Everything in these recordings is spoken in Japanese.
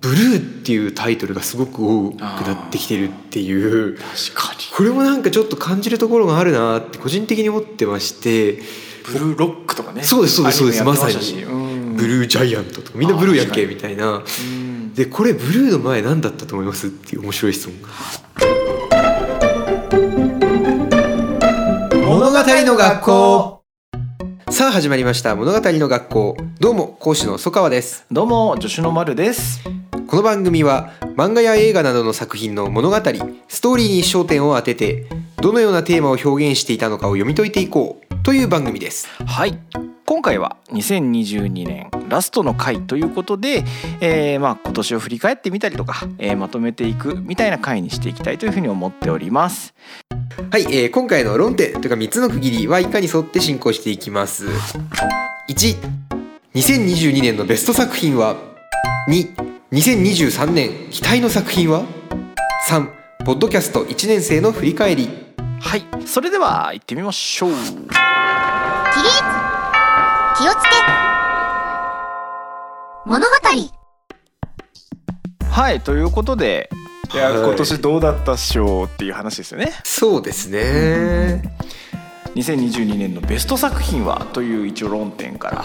ブルーっていうタイトルがすごく多くなってきてるっていう、 確かにこれもなんかちょっと感じるところがあるなって個人的に思ってまして。 ブルーロックとかね。 そうですそうですそうです、まさにブルージャイアントとかみんなブルーやんけみたいな。でこれブルーの前何だったと思いますっていう面白い質問。物語の学校。さあ始まりました物語の学校。どうも講師の曽川です。 どうも助手の丸です。 この番組は漫画や映画などの作品の物語、ストーリーに焦点を当ててどのようなテーマを表現していたのかを読み解いていこうという番組です。 はい、今回は2022年ラストの回ということで、今年を振り返ってみたりとか、まとめていくみたいな回にしていきたいというふうに思っております。 はい、今回の論点というか3つの区切りは以下に沿って進行していきます。1、2022年のベスト作品は。2、2023年期待の作品は。3、ポッドキャスト1年生の振り返り。 はい、それでは行ってみましょう。起立、 気をつけ、物語。 はい、ということで、いや、今年どうだったっしょうっていう話ですよね。 そうですね。 2022年のベスト作品はという一応論点から、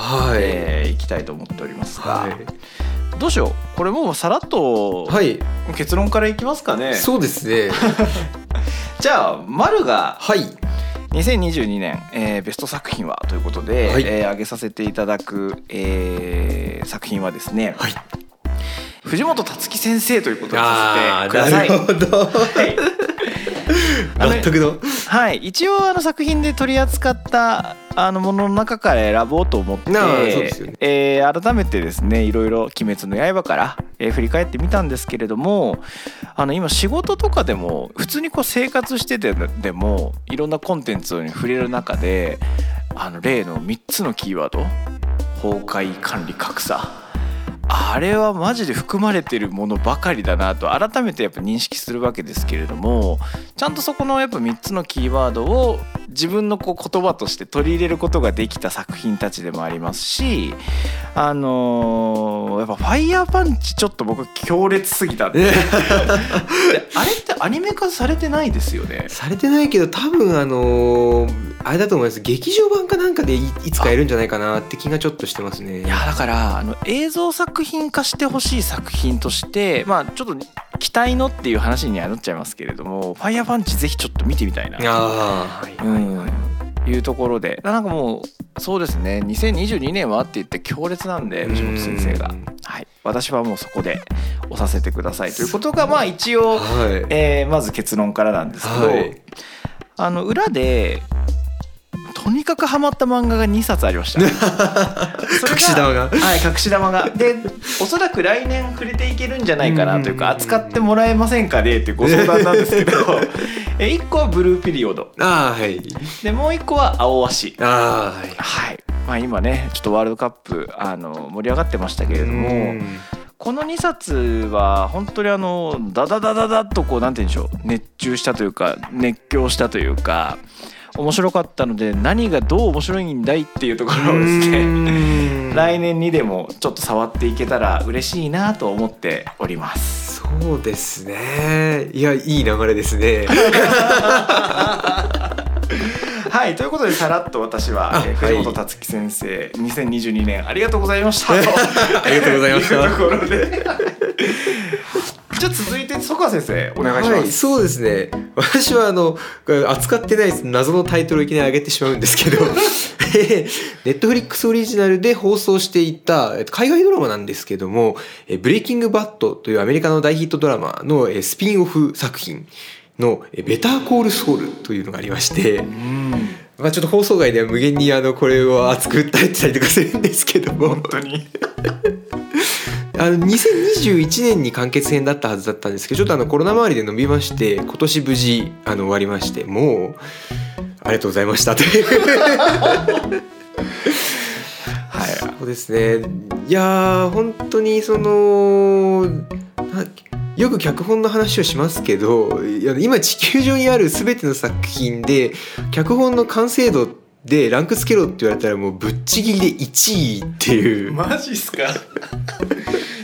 いきたいと思っておりますが、どうしよう、これもうさらっと結論からいきますかね。 そうですね。 じゃあ丸がはい 2022年、ベスト作品はということで、挙げさせていただく、作品はですね、藤本つ樹先生ということにさせてください。 なるほど。納得の。はい、 一応作品で取り扱ったものの中から選ぼうと思って、改めてですね、いろいろ鬼滅の刃から、振り返ってみたんですけれども、今仕事とかでも普通にこう生活しててでもいろんなコンテンツに触れる中で、例の3つのキーワード、崩壊、管理、格差、あれはマジで含まれてるものばかりだなと改めてやっぱ認識するわけですけれども、ちゃんとそこのやっぱ3つのキーワードを自分のこう言葉として取り入れることができた作品たちでもありますし、やっぱファイヤーパンチちょっと僕強烈すぎたんであれってアニメ化されてないですよね。 されてないけど多分あれだと思います。劇場版かなんかでいつかやるんじゃないかなって気がちょっとしてますね。 いやだから映像作品化してほしい作品として、ちょっと期待のっていう話にはなっちゃいますけれども、ファイヤーパンチぜひちょっと見てみたいないうところで、なんかもうそうですね、2022年はって言って強烈なんで、藤本先生が、私はもうそこで押させてくださいということが一応、まず結論からなんですけど、裏でとにかくハマった漫画が2冊ありました。 隠し玉が、 隠し玉がで、おそらく来年触れていけるんじゃないかなというか、扱ってもらえませんかねっていうご相談なんですけど1個はブルーピリオドで、もう1個は青足。今ねちょっとワールドカップ盛り上がってましたけれども、この2冊は本当にダダダダダッとこうなんて言うんでしょう、熱中したというか熱狂したというか面白かったので、何がどう面白いんだいっていうところをですね、来年にでもちょっと触っていけたら嬉しいなと思っております。 そうですね、いやいい流れですね。 はい、ということでさらっと私は藤本つ樹先生2022年ありがとうございましたとありがとうございましたところでじゃあ続いて曽川先生お願いします。 そうですね、私は扱ってない謎のタイトルをいきなり上げてしまうんですけどネットフリックスオリジナルで放送していた海外ドラマなんですけども、ブレイキングバッドというアメリカの大ヒットドラマのスピンオフ作品のベターコールソウルというのがありまして、ちょっと放送外では無限にこれを熱く訴えてたりとかするんですけども、 本当に 2021年に完結編だったはずだったんですけど、ちょっとコロナ周りで伸びまして、今年無事終わりまして、もうありがとうございましたというそうですね。いや本当によく脚本の話をしますけど、今地球上にある全ての作品で脚本の完成度でランクつけろって言われたらもうぶっちぎりで1位っていう。 マジっすか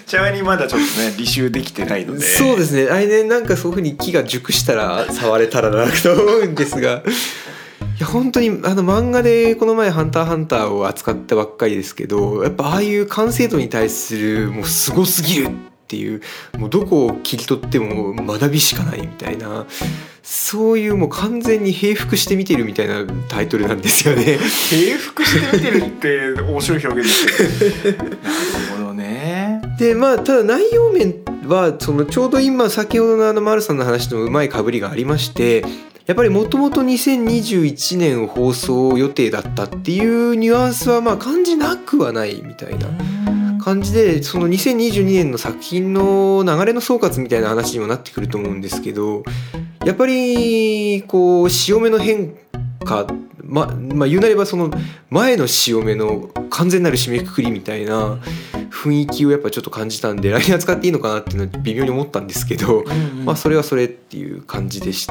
ちなみにまだちょっとね履修できてないので、 そうですね、来年なんかそういう風に木が熟したら触れたらなと思うんですがいや本当に漫画でこの前ハンターハンターを扱ったばっかりですけど、やっぱああいう完成度に対するもうすごすぎるっていう、もうどこを切り取っても学びしかないみたいな、そういうもう完全に平服して見てるみたいなタイトルなんですよね。 平服して見てるって面白い表現ですよなるほどね。 でただ内容面はちょうど今先ほどの丸さんの話ともうまい被りがありまして、やっぱりもともと2021年放送予定だったっていうニュアンスは感じなくはないみたいな感じで、その2022年の作品の流れの総括みたいな話にもなってくると思うんですけど、やっぱりこう潮目の変化、言うなればその前の潮目の完全なる締めくくりみたいな雰囲気をやっぱちょっと感じたんで、来年扱っていいのかなっていうのは微妙に思ったんですけど、それはそれっていう感じでして、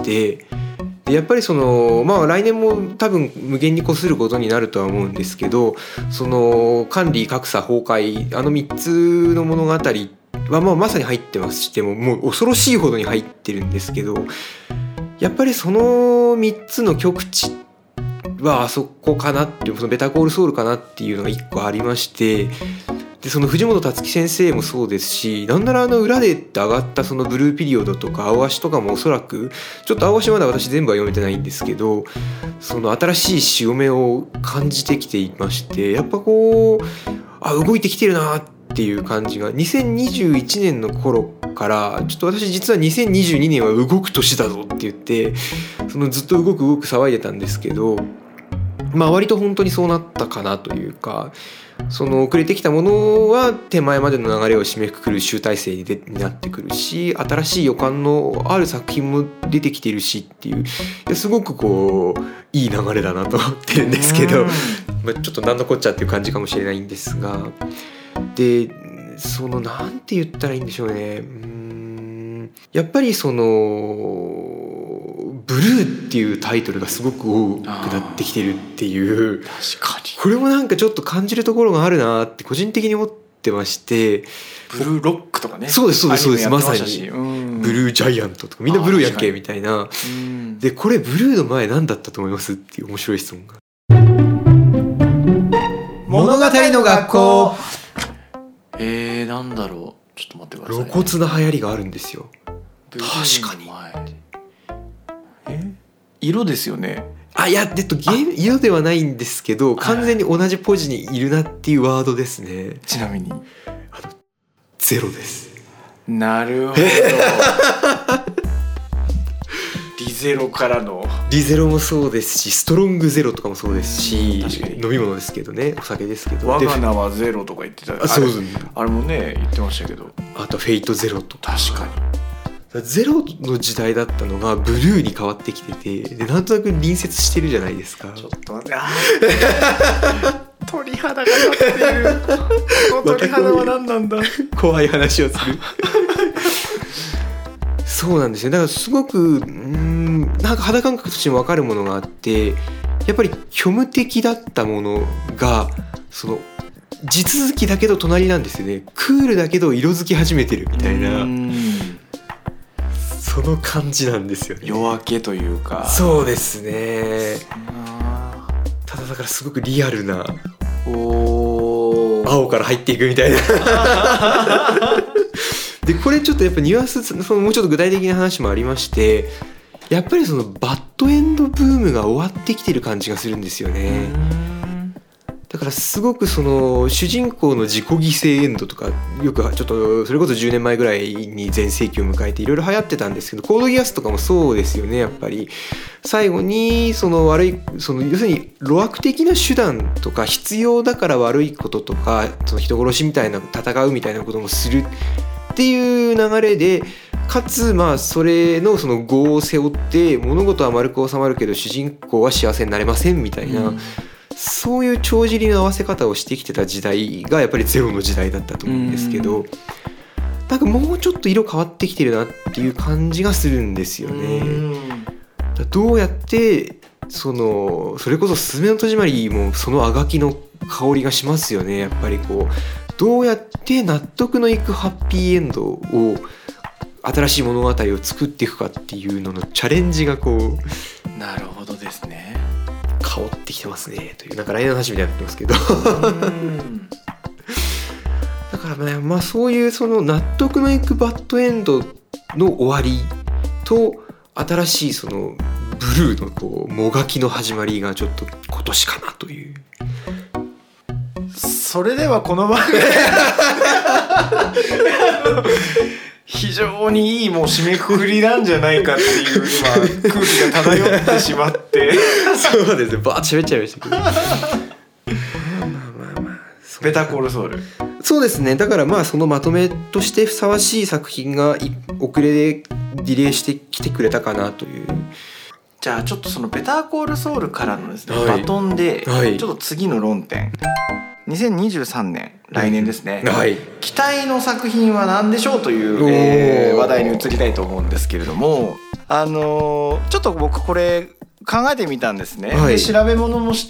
でやっぱりその来年も多分無限に越することになるとは思うんですけど、その管理格差崩壊3つの物語はまさに入ってますしてもう恐ろしいほどに入ってるんですけど、やっぱりその3つの極致はあそこかなっていう、そのベタコールソウルかなっていうのが1個ありまして、でその藤本つ樹先生もそうですし、なんなら裏で上がったそのブルーピリオドとか青足とかもおそらく、ちょっと青足まだ私全部は読めてないんですけど、その新しい潮目を感じてきていまして、やっぱこう動いてきてるなっていう感じが2021年の頃から、ちょっと私実は2022年は動く年だぞって言ってそのずっと動く騒いでたんですけど、割と本当にそうなったかなというか、その遅れてきたものは手前までの流れを締めくくる集大成になってくるし、新しい予感のある作品も出てきてるしっていう、すごくこういい流れだなと思ってるんですけど、ちょっと何のこっちゃっていう感じかもしれないんですが、でそのなんて言ったらいいんでしょうね、やっぱりそのブルーっていうタイトルがすごく多くなってきてるっていう、 確かにこれもなんかちょっと感じるところがあるなって個人的に思ってまして、 ブルーロックとかね、 そうですまさにブルージャイアントとかみんなブルーやんけみたいな。でこれブルーの前何だったと思いますっていう面白い質問が。物語の学校。 なんだろう、ちょっと待ってください、 露骨な流行りがあるんですよ。確かに色ですよね。 色ではないんですけど、完全に同じポジにいるなっていうワードですね。 ちなみにゼロです。 なるほどリゼロからのリゼロもそうですし、ストロングゼロとかもそうですし、飲み物ですけどね、お酒ですけど、 我が名はゼロとか言ってた。あれもね言ってましたけど、 あとフェイトゼロとか。 確かにゼロの時代だったのがブルーに変わってきてて、でなんとなく隣接してるじゃないですか。 ちょっと待って鳥肌が立ってるこの鳥肌は何なんだ怖い話をするそうなんですよ。だからすごくなんか肌感覚としても分かるものがあって、やっぱり虚無的だったものがその地続きだけど隣なんですよね。クールだけど色づき始めてるみたいな、その感じなんですよね。 夜明けというか。 そうですね。ただだからすごくリアルな青から入っていくみたいなでこれちょっとやっぱニュアンス、もうちょっと具体的な話もありまして、やっぱりそのバッドエンドブームが終わってきてる感じがするんですよね。だからすごくその主人公の自己犠牲エンドとか、よくちょっとそれこそ10年前ぐらいに全盛期を迎えていろいろ流行ってたんですけど、コードギアスとかもそうですよね。やっぱり最後にその悪い、その要するに路悪的な手段とか必要だから悪いこととか、その人殺しみたいな戦うみたいなこともするっていう流れで、かつそれのその業を背負って物事は丸く収まるけど主人公は幸せになれませんみたいな、そういう帳尻の合わせ方をしてきてた時代がやっぱりゼロの時代だったと思うんですけど、なんかもうちょっと色変わってきてるなっていう感じがするんですよね。どうやってそれこそすずめの戸締まりもそのあがきの香りがしますよね。やっぱりこうどうやって納得のいくハッピーエンドを新しい物語を作っていくかっていうののチャレンジがこうなるほどですね、 香ってきてますねという、なんか来年の話みたいになってますけどだからね、まあそういうその納得のいくバッドエンドの終わりと新しいそのブルーのこうもがきの始まりがちょっと今年かなという。 それではこの番組非常にいいもう締めくくりなんじゃないかっていう今空気が漂ってしまってそうですね、バーッと喋っちゃいましたけどベターコールソウル、 そうですね。だからまあそのまとめとしてふさわしい作品が遅れでディレイしてきてくれたかなという。 じゃあちょっとそのベターコールソウルからのですね、 はい、 バトンではい、 ちょっと次の論点、2023年来年ですね、 はい、 期待の作品は何でしょうという、話題に移りたいと思うんですけれども、ちょっと僕これ考えてみたんですね、 はい、 で調べ物もして、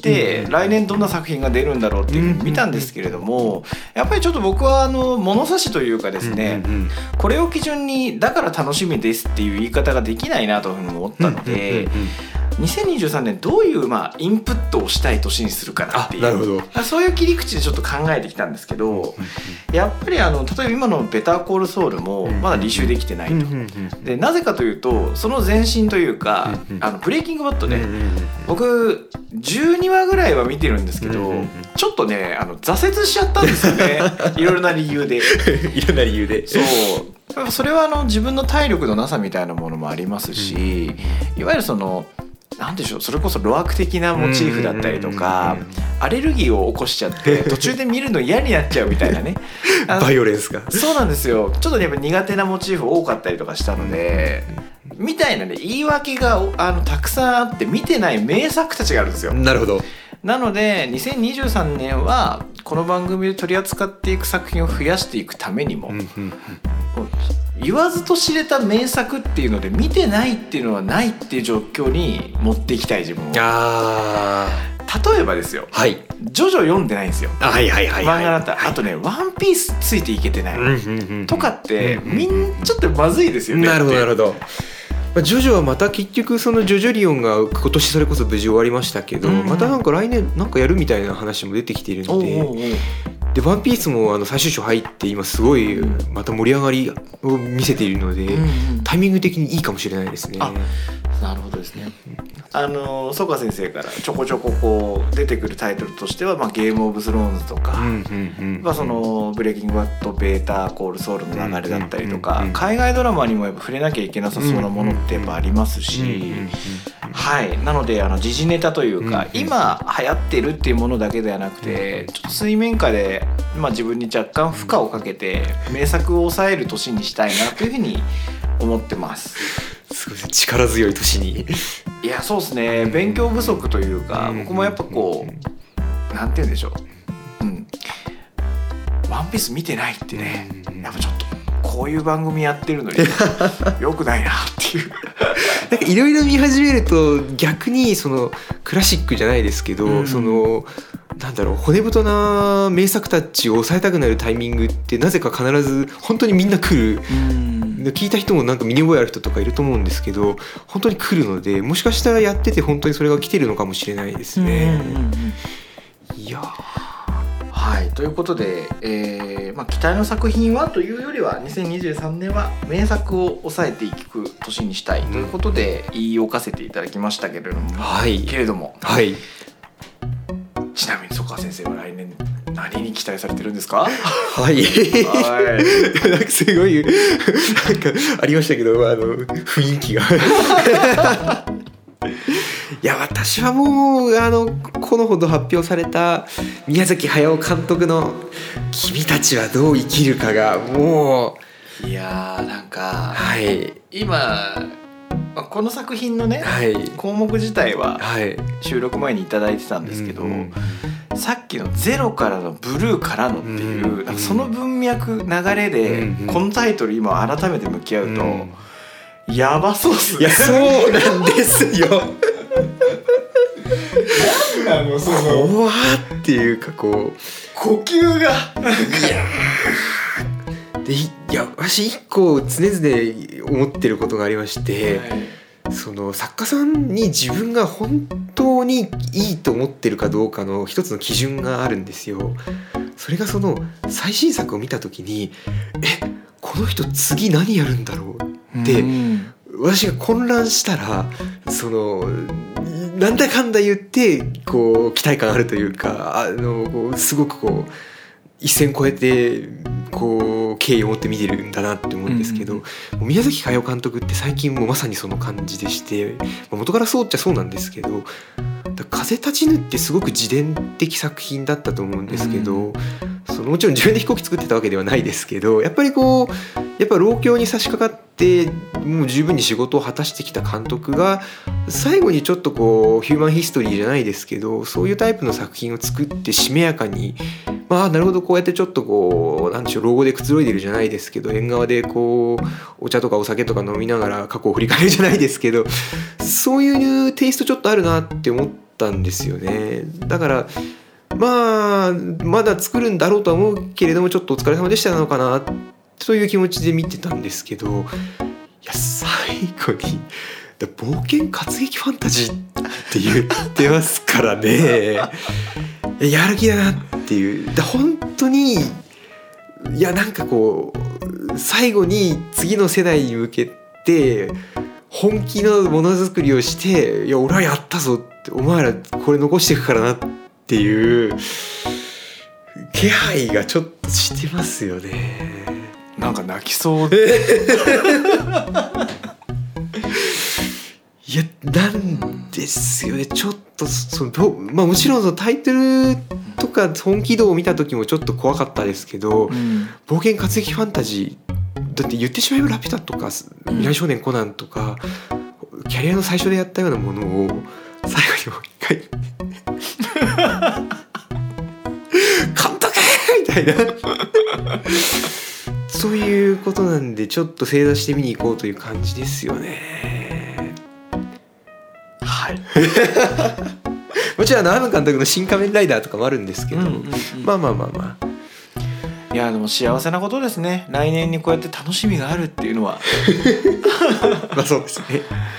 来年どんな作品が出るんだろうっていうふうに見たんですけれども、やっぱりちょっと僕は物差しというかですね、これを基準にだから楽しみですっていう言い方ができないなというふうに思ったので、2023年どういうインプットをしたい年にするかなっていう、 なるほど、 そういう切り口でちょっと考えてきたんですけど、やっぱり例えば今のベターコールソウルもまだ履修できてないと。でなぜかというとその前身というかブレイキングバッドね、僕12話ぐらいは見てるんですけど、ちょっとね挫折しちゃったんですよねいろいろな理由でいろんな理由で、 そうそれは自分の体力のなさみたいなものもありますし、いわゆるなんでしょう、それこそ露悪的なモチーフだったりとか、アレルギーを起こしちゃって途中で見るの嫌になっちゃうみたいなねバイオレンスが、 そうなんですよ。ちょっとやっぱ苦手なモチーフ多かったりとかしたので、みたいなね言い訳がたくさんあって見てない名作たちがあるんですよ。 なるほど。 なので2023年はこの番組で取り扱っていく作品を増やしていくためにも、言わずと知れた名作っていうので見てないっていうのはないっていう状況に持っていきたい自分を。例えばですよ、 はい、 ジョジョ読んでないんですよ、 はいはいはい、 漫画だったら、あとねワンピースついていけてない、とかってちょっとまずいですよね。 なるほどなるほど。ジョジョはまた結局そのジョジョリオンが今年それこそ無事終わりましたけど、またなんか来年なんかやるみたいな話も出てきているので、でワンピースも最終章入って今すごいまた盛り上がりを見せているので、タイミング的にいいかもしれないですね。 なるほどですね。曽我先生からちょこちょここう出てくるタイトルとしては、ゲームオブスローンズとか、そのブレイキングバッドベータコールソウルの流れだったりとか、海外ドラマにもやっぱ触れなきゃいけなさそうなものってやっぱありますし、はい、なので時事ネタというか、今流行ってるっていうものだけではなくて、ちょっと水面下で、自分に若干負荷をかけて名作を抑える年にしたいなというふうに思ってます。 すごい力強い年にいやそうですね、勉強不足というか、僕もやっぱこうなんて言うんでしょう、ワンピース見てないってね、やっぱちょっとこういう番組やってるのに良くないなっていうなんかいろいろ見始めると逆にそのクラシックじゃないですけど、そのなんだろう、骨太な名作たちを抑えたくなるタイミングってなぜか必ず本当にみんな来る。聞いた人もなんか身に覚えある人とかいると思うんですけど、本当に来るので、もしかしたらやってて本当にそれが来てるのかもしれないですね。いやはい、ということで、期待の作品はというよりは2023年は名作を抑えていく年にしたいということで言い置かせていただきましたけれども、けれども、ちなみに曽我先生は来年何に期待されてるんですか？ なんかすごいなんかありましたけど、雰囲気がいや私はもうこのほど発表された宮崎駿監督の「君たちはどう生きるか」がもう、いやなんか、今この作品のね、項目自体は収録前にいただいてたんですけど、さっきのゼロからのブルーからのっていう、なんかその文脈流れでこのタイトル今改めて向き合うと、やばそうっすね。 いやそうなんですよなんなのその怖っていうかこう呼吸がでいや私一個常々思ってることがありまして、その作家さんに自分が本当にいいと思ってるかどうかの一つの基準があるんですよ。それがその最新作を見た時にこの人次何やるんだろうって私が混乱したら、そのなんだかんだ言ってこう期待感あるというかこうすごくこう一線越えてこう敬意を持って見てるんだなって思うんですけど、宮崎駿監督って最近もまさにその感じでして、元からそうっちゃそうなんですけど、風立ちぬってすごく自伝的作品だったと思うんですけど、そのもちろん自分で飛行機作ってたわけではないですけど、やっぱりこうやっぱ老境に差し掛かってもう十分に仕事を果たしてきた監督が最後にちょっとこうヒューマンヒストリーじゃないですけど、そういうタイプの作品を作ってしめやかに、なるほどこうやってちょっとこうなんでしょう、老後でくつろいでるじゃないですけど、縁側でこうお茶とかお酒とか飲みながら過去を振り返るじゃないですけど、そういうテイストちょっとあるなって思ったんですよね。だからまだ作るんだろうとは思うけれども、ちょっとお疲れ様でしたなのかなという気持ちで見てたんですけど、いや最後に冒険活劇ファンタジーって言ってますからねやる気だなっていう。本当にいやなんかこう最後に次の世代に向けて本気のものづくりをして、いや俺はやったぞって、お前らこれ残していくからなっていう気配がちょっとしてますよね。 なんか泣きそういやなんですよね。ちょっともちろんそのタイトルとか本気度を見た時もちょっと怖かったですけど、冒険活劇ファンタジーだって言ってしまえばラピュタとか未来少年コナンとか、キャリアの最初でやったようなものを最後にもう一回監督みたいなそういうことなんで、ちょっと正座して見に行こうという感じですよね。はいもちろん庵野監督の新仮面ライダーとかもあるんですけど、まあいやでも幸せなことですね。来年にこうやって楽しみがあるっていうのはそうですね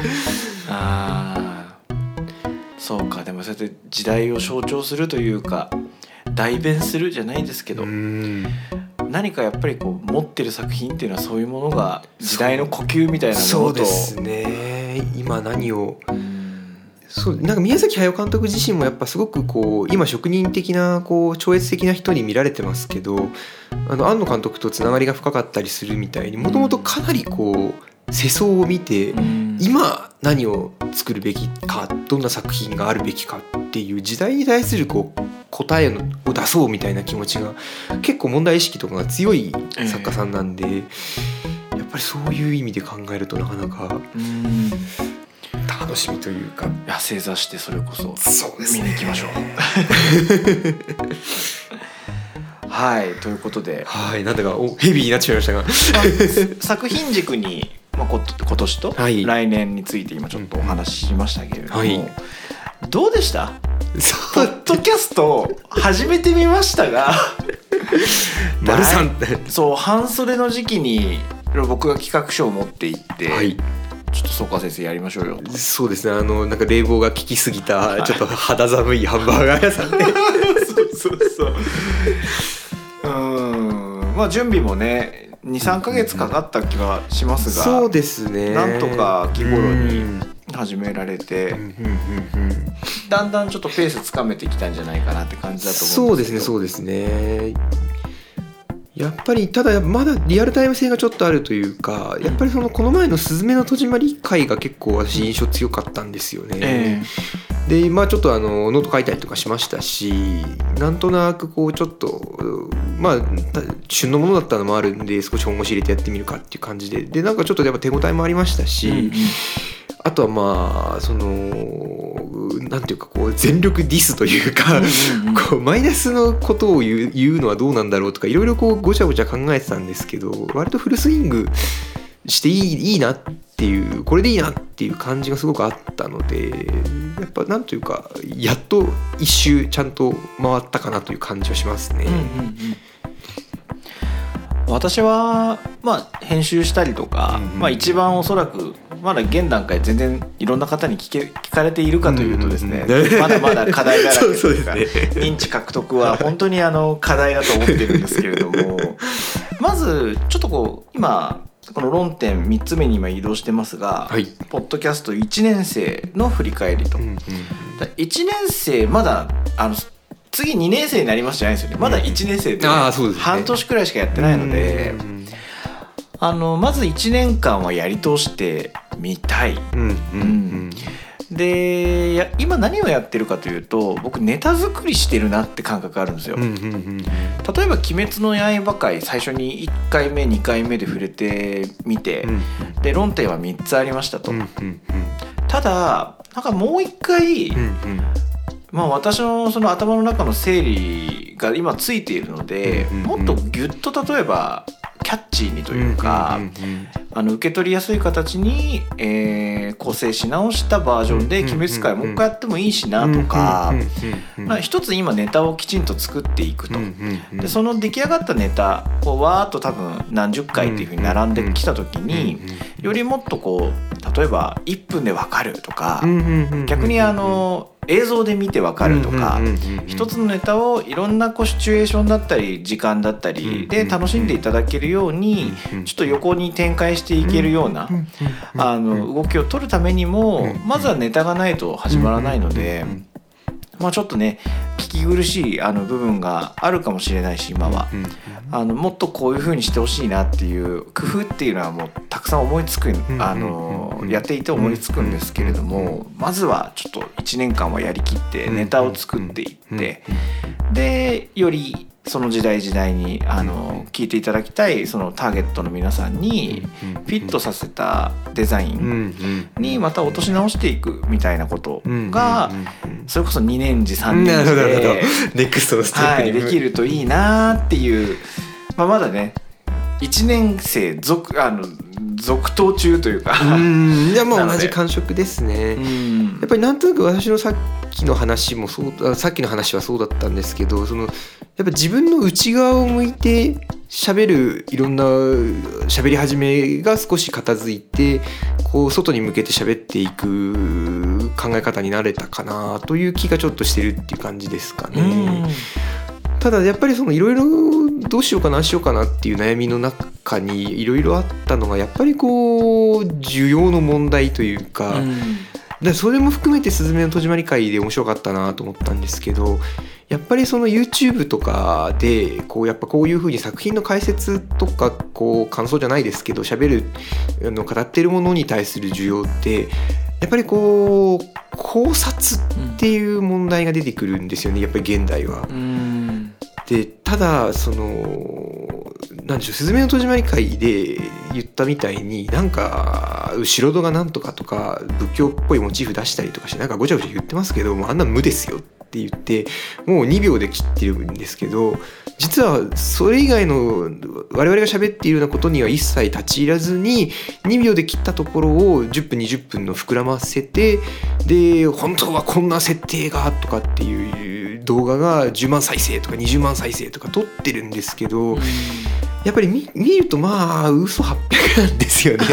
そうか。でもそうやって時代を象徴するというか代弁するじゃないですけど、何かやっぱりこう持ってる作品っていうのはそういうものが時代の呼吸みたいなものと、 そうですね。今何をなんか宮崎駿監督自身もやっぱすごくこう今職人的なこう超越的な人に見られてますけど、庵野監督とつながりが深かったりするみたいに、もともとかなりこう世相を見て、今何を作るべきか、どんな作品があるべきかっていう時代に対するこう答えを出そうみたいな気持ちが結構問題意識とかが強い作家さんなんで、やっぱりそういう意味で考えるとなかなか楽しみというか、 いや正座してそれこそそうですね、 見に行きましょうはいということで、 なんだかヘビーになっちゃいましたが作品軸に、今年と来年について今ちょっとお話ししましたけれども、どうでした？ポッドキャスト始めてみましたがそう半袖の時期に僕が企画書を持って行って、ちょっと曽川先生やりましょうよと。そうですね、 なんか冷房が効きすぎたちょっと肌寒いハンバーガー屋さんでそう準備もね 2,3 ヶ月かかった気はしますが、 そうですね、 なんとか秋頃に始められて、だんだんちょっとペースつかめてきたんじゃないかなって感じだと思うんですけど。 そうですねやっぱりただまだリアルタイム性がちょっとあるというか、やっぱりこの前のすずめの戸締まり会が結構私印象強かったんですよね、でちょっとノート書いたりとかしましたし、なんとなくこうちょっと旬のものだったのもあるんで、少し本腰入れてやってみるかっていう感じでなんかちょっとやっぱ手応えもありましたし、あとはなんていうかこう全力ディスというかこうマイナスのことを言うのはどうなんだろうとか、いろいろこうごちゃごちゃ考えてたんですけど、割とフルスイングしていいなっていう、これでいいなっていう感じがすごくあったので、やっぱなんというかやっと一周ちゃんと回ったかなという感じはしますね。 私は編集したりとか、一番おそらくまだ現段階全然いろんな方に聞かれているかというとですね、まだまだ課題だらけというか認知獲得は本当に課題だと思っているんですけれども、まずちょっと今この論点3つ目に今移動してますが、ポッドキャスト1年生の振り返りと、1年生まだ次2年生になりますじゃないですよね。まだ1年生で半年くらいしかやってないので、まず1年間はやり通してみたい。で今何をやってるかというと、僕ネタ作りしてるなって感覚あるんですよ。例えば「鬼滅の刃」回最初に1回目2回目で触れてみて、で論点は3つありましたと。ただなんかもう1回、私のその頭の中の整理が今ついているので、もっとギュッと例えばキャッチーにというか、受け取りやすい形に、構成し直したバージョンで鬼滅会もう一回やってもいいしなとか、一つ今ネタをきちんと作っていくと。でその出来上がったネタをわーっと多分何十回っていう風に並んできた時に、よりもっとこう例えば1分でわかるとか、逆に映像で見てわかるとか、一つのネタをいろんなシチュエーションだったり時間だったりで楽しんでいただけるように、ちょっと横に展開していけるような動きを取るためにも、まずはネタがないと始まらないので、ちょっとね聞き苦しい部分があるかもしれないし、今はもっとこういう風にしてほしいなっていう工夫っていうのはもうたくさん思いつく、やっていて思いつくんですけれども、まずはちょっと1年間はやりきってネタを作っていって、でよりその時代時代に聞いていただきたいそのターゲットの皆さんにフィットさせたデザインにまた落とし直していくみたいなことが、それこそ2年次3年次でネクストのステップにできるといいなっていう、まだね1年生続投中というかいやもう同じ感触ですね。やっぱりなんとなく私のさっきの話はそうだったんですけど、やっぱ自分の内側を向いて喋るいろんな喋り始めが少し片付いて、こう外に向けて喋っていく考え方になれたかなという気がちょっとしてるっていう感じですかね。ただやっぱりいろいろどうしようかなしようかなっていう悩みの中にいろいろあったのが、やっぱりこう需要の問題というか、それも含めて「すずめの戸締まり会」で面白かったなと思ったんですけど、やっぱりYouTube とかでやっぱこういう風に作品の解説とか感想じゃないですけど喋る語っているものに対する需要ってやっぱり考察っていう問題が出てくるんですよね、やっぱり現代は。でただなんでしょう、すずめの戸締まり会で言ったみたいになんか後ろ戸がなんとかとか仏教っぽいモチーフ出したりとかしてなんかごちゃごちゃ言ってますけど、もうあんな無ですよって言ってもう2秒で切ってるんですけど、実はそれ以外の我々が喋っているようなことには一切立ち入らずに2秒で切ったところを10分20分の膨らませて、で本当はこんな設定がとかっていう動画が10万再生とか20万再生とか撮ってるんですけど、やっぱり 見ると嘘800なんですよね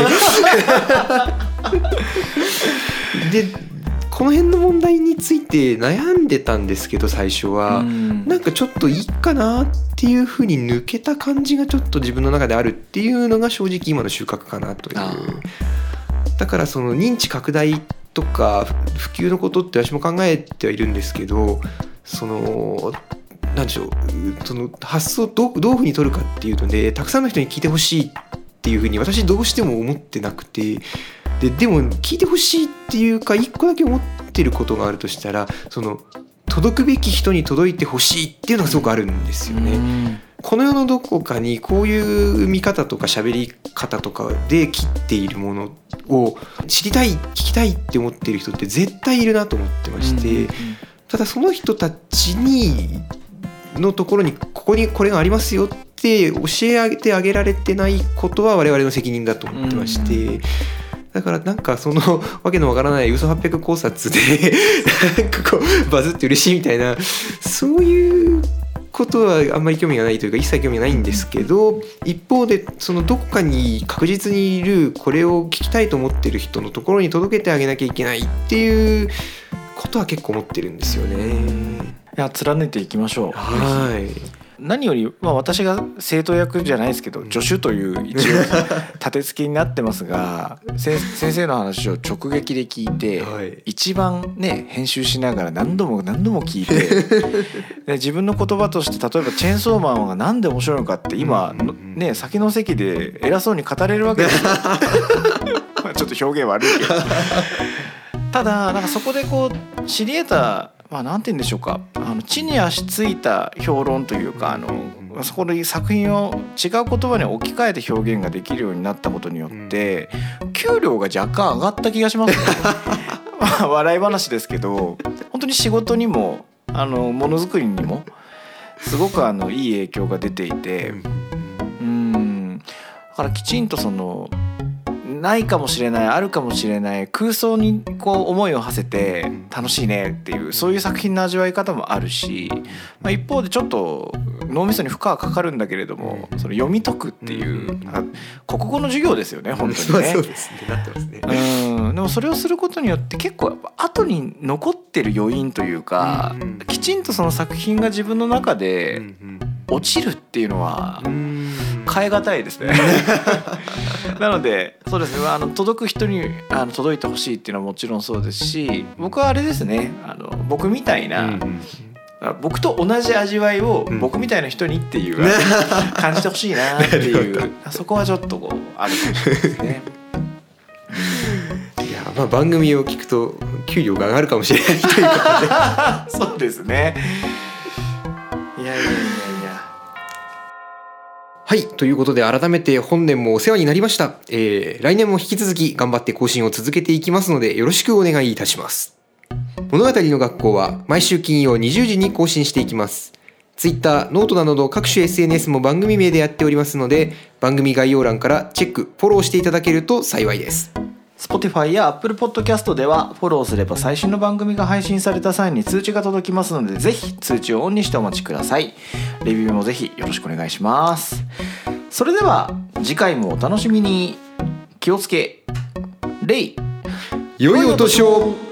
でこの辺の問題について悩んでたんですけど、最初はなんかちょっといいかなっていう風に抜けた感じがちょっと自分の中であるっていうのが正直今の収穫かなという。だから認知拡大とか普及のことって私も考えてはいるんですけど、なんでしょう、発想をどういうふうに取るかっていうのでたくさんの人に聞いてほしいっていうふうに私どうしても思ってなくて、でも聞いてほしいっていうか一個だけ思ってることがあるとしたら、届くべき人に届いてほしいっていうのがすごくあるんですよね。この世のどこかにこういう見方とか喋り方とかで切っているものを知りたい聞きたいって思っている人って絶対いるなと思ってまして、ただその人たちのところにここにこれがありますよって教えてあげられてないことは我々の責任だと思ってまして、だからなんかそのわけのわからない嘘800考察でなんかこうバズって嬉しいみたいな、そういうことはあんまり興味がないというか一切興味がないんですけど、一方でそのどこかに確実にいるこれを聞きたいと思ってる人のところに届けてあげなきゃいけないっていうことは結構思ってるんですよね。 いや貫いていきましょう。 はい。 何より、私が生徒役じゃないですけど助手という一応立て付けになってますが先生の話を直撃で聞いて、はい、一番ね編集しながら何度も聞いてで自分の言葉として例えばチェーンソーマンがなんで面白いのかって今ね先の席で偉そうに語れるわけですよちょっと表現悪いけどただなんかそこでこう知り得たなんて言うんでしょうか、地に足ついた評論というかそこで作品を違う言葉に置き換えて表現ができるようになったことによって給料が若干上がった気がしますね笑い話ですけど本当に仕事にもものづくりにもすごくいい影響が出ていて、だからきちんとそのないかもしれないあるかもしれない空想にこう思いを馳せて楽しいねっていうそういう作品の味わい方もあるし、一方でちょっと脳みそに負荷はかかるんだけれどもそれ読み解くっていう国語の授業ですよね本当にね。 そうですね、なってますね。 でもそれをすることによって結構やっぱ後に残ってる余韻というか、きちんとその作品が自分の中で落ちるっていうのは変え難いですねなのでそうですね、届く人に届いてほしいっていうのはもちろんそうですし、僕はあれですね、僕みたいな、僕と同じ味わいを僕みたいな人にっていう感じてほしいなっていうそこはちょっとこうあるかもしれないですねいや番組を聞くと給料が上がるかもしれないということでそうですね。いやはい、ということで改めて本年もお世話になりました。来年も引き続き頑張って更新を続けていきますのでよろしくお願いいたします。物語の学校は毎週金曜20時に更新していきます。Twitter、ノートなどの各種 SNS も番組名でやっておりますので番組概要欄からチェック、フォローしていただけると幸いです。 Spotify や Apple Podcast ではフォローすれば最新の番組が配信された際に通知が届きますのでぜひ通知をオンにしてお待ちください。レビューもぜひよろしくお願いします。それでは次回もお楽しみに。気をつけ、レイ、 良いお年を。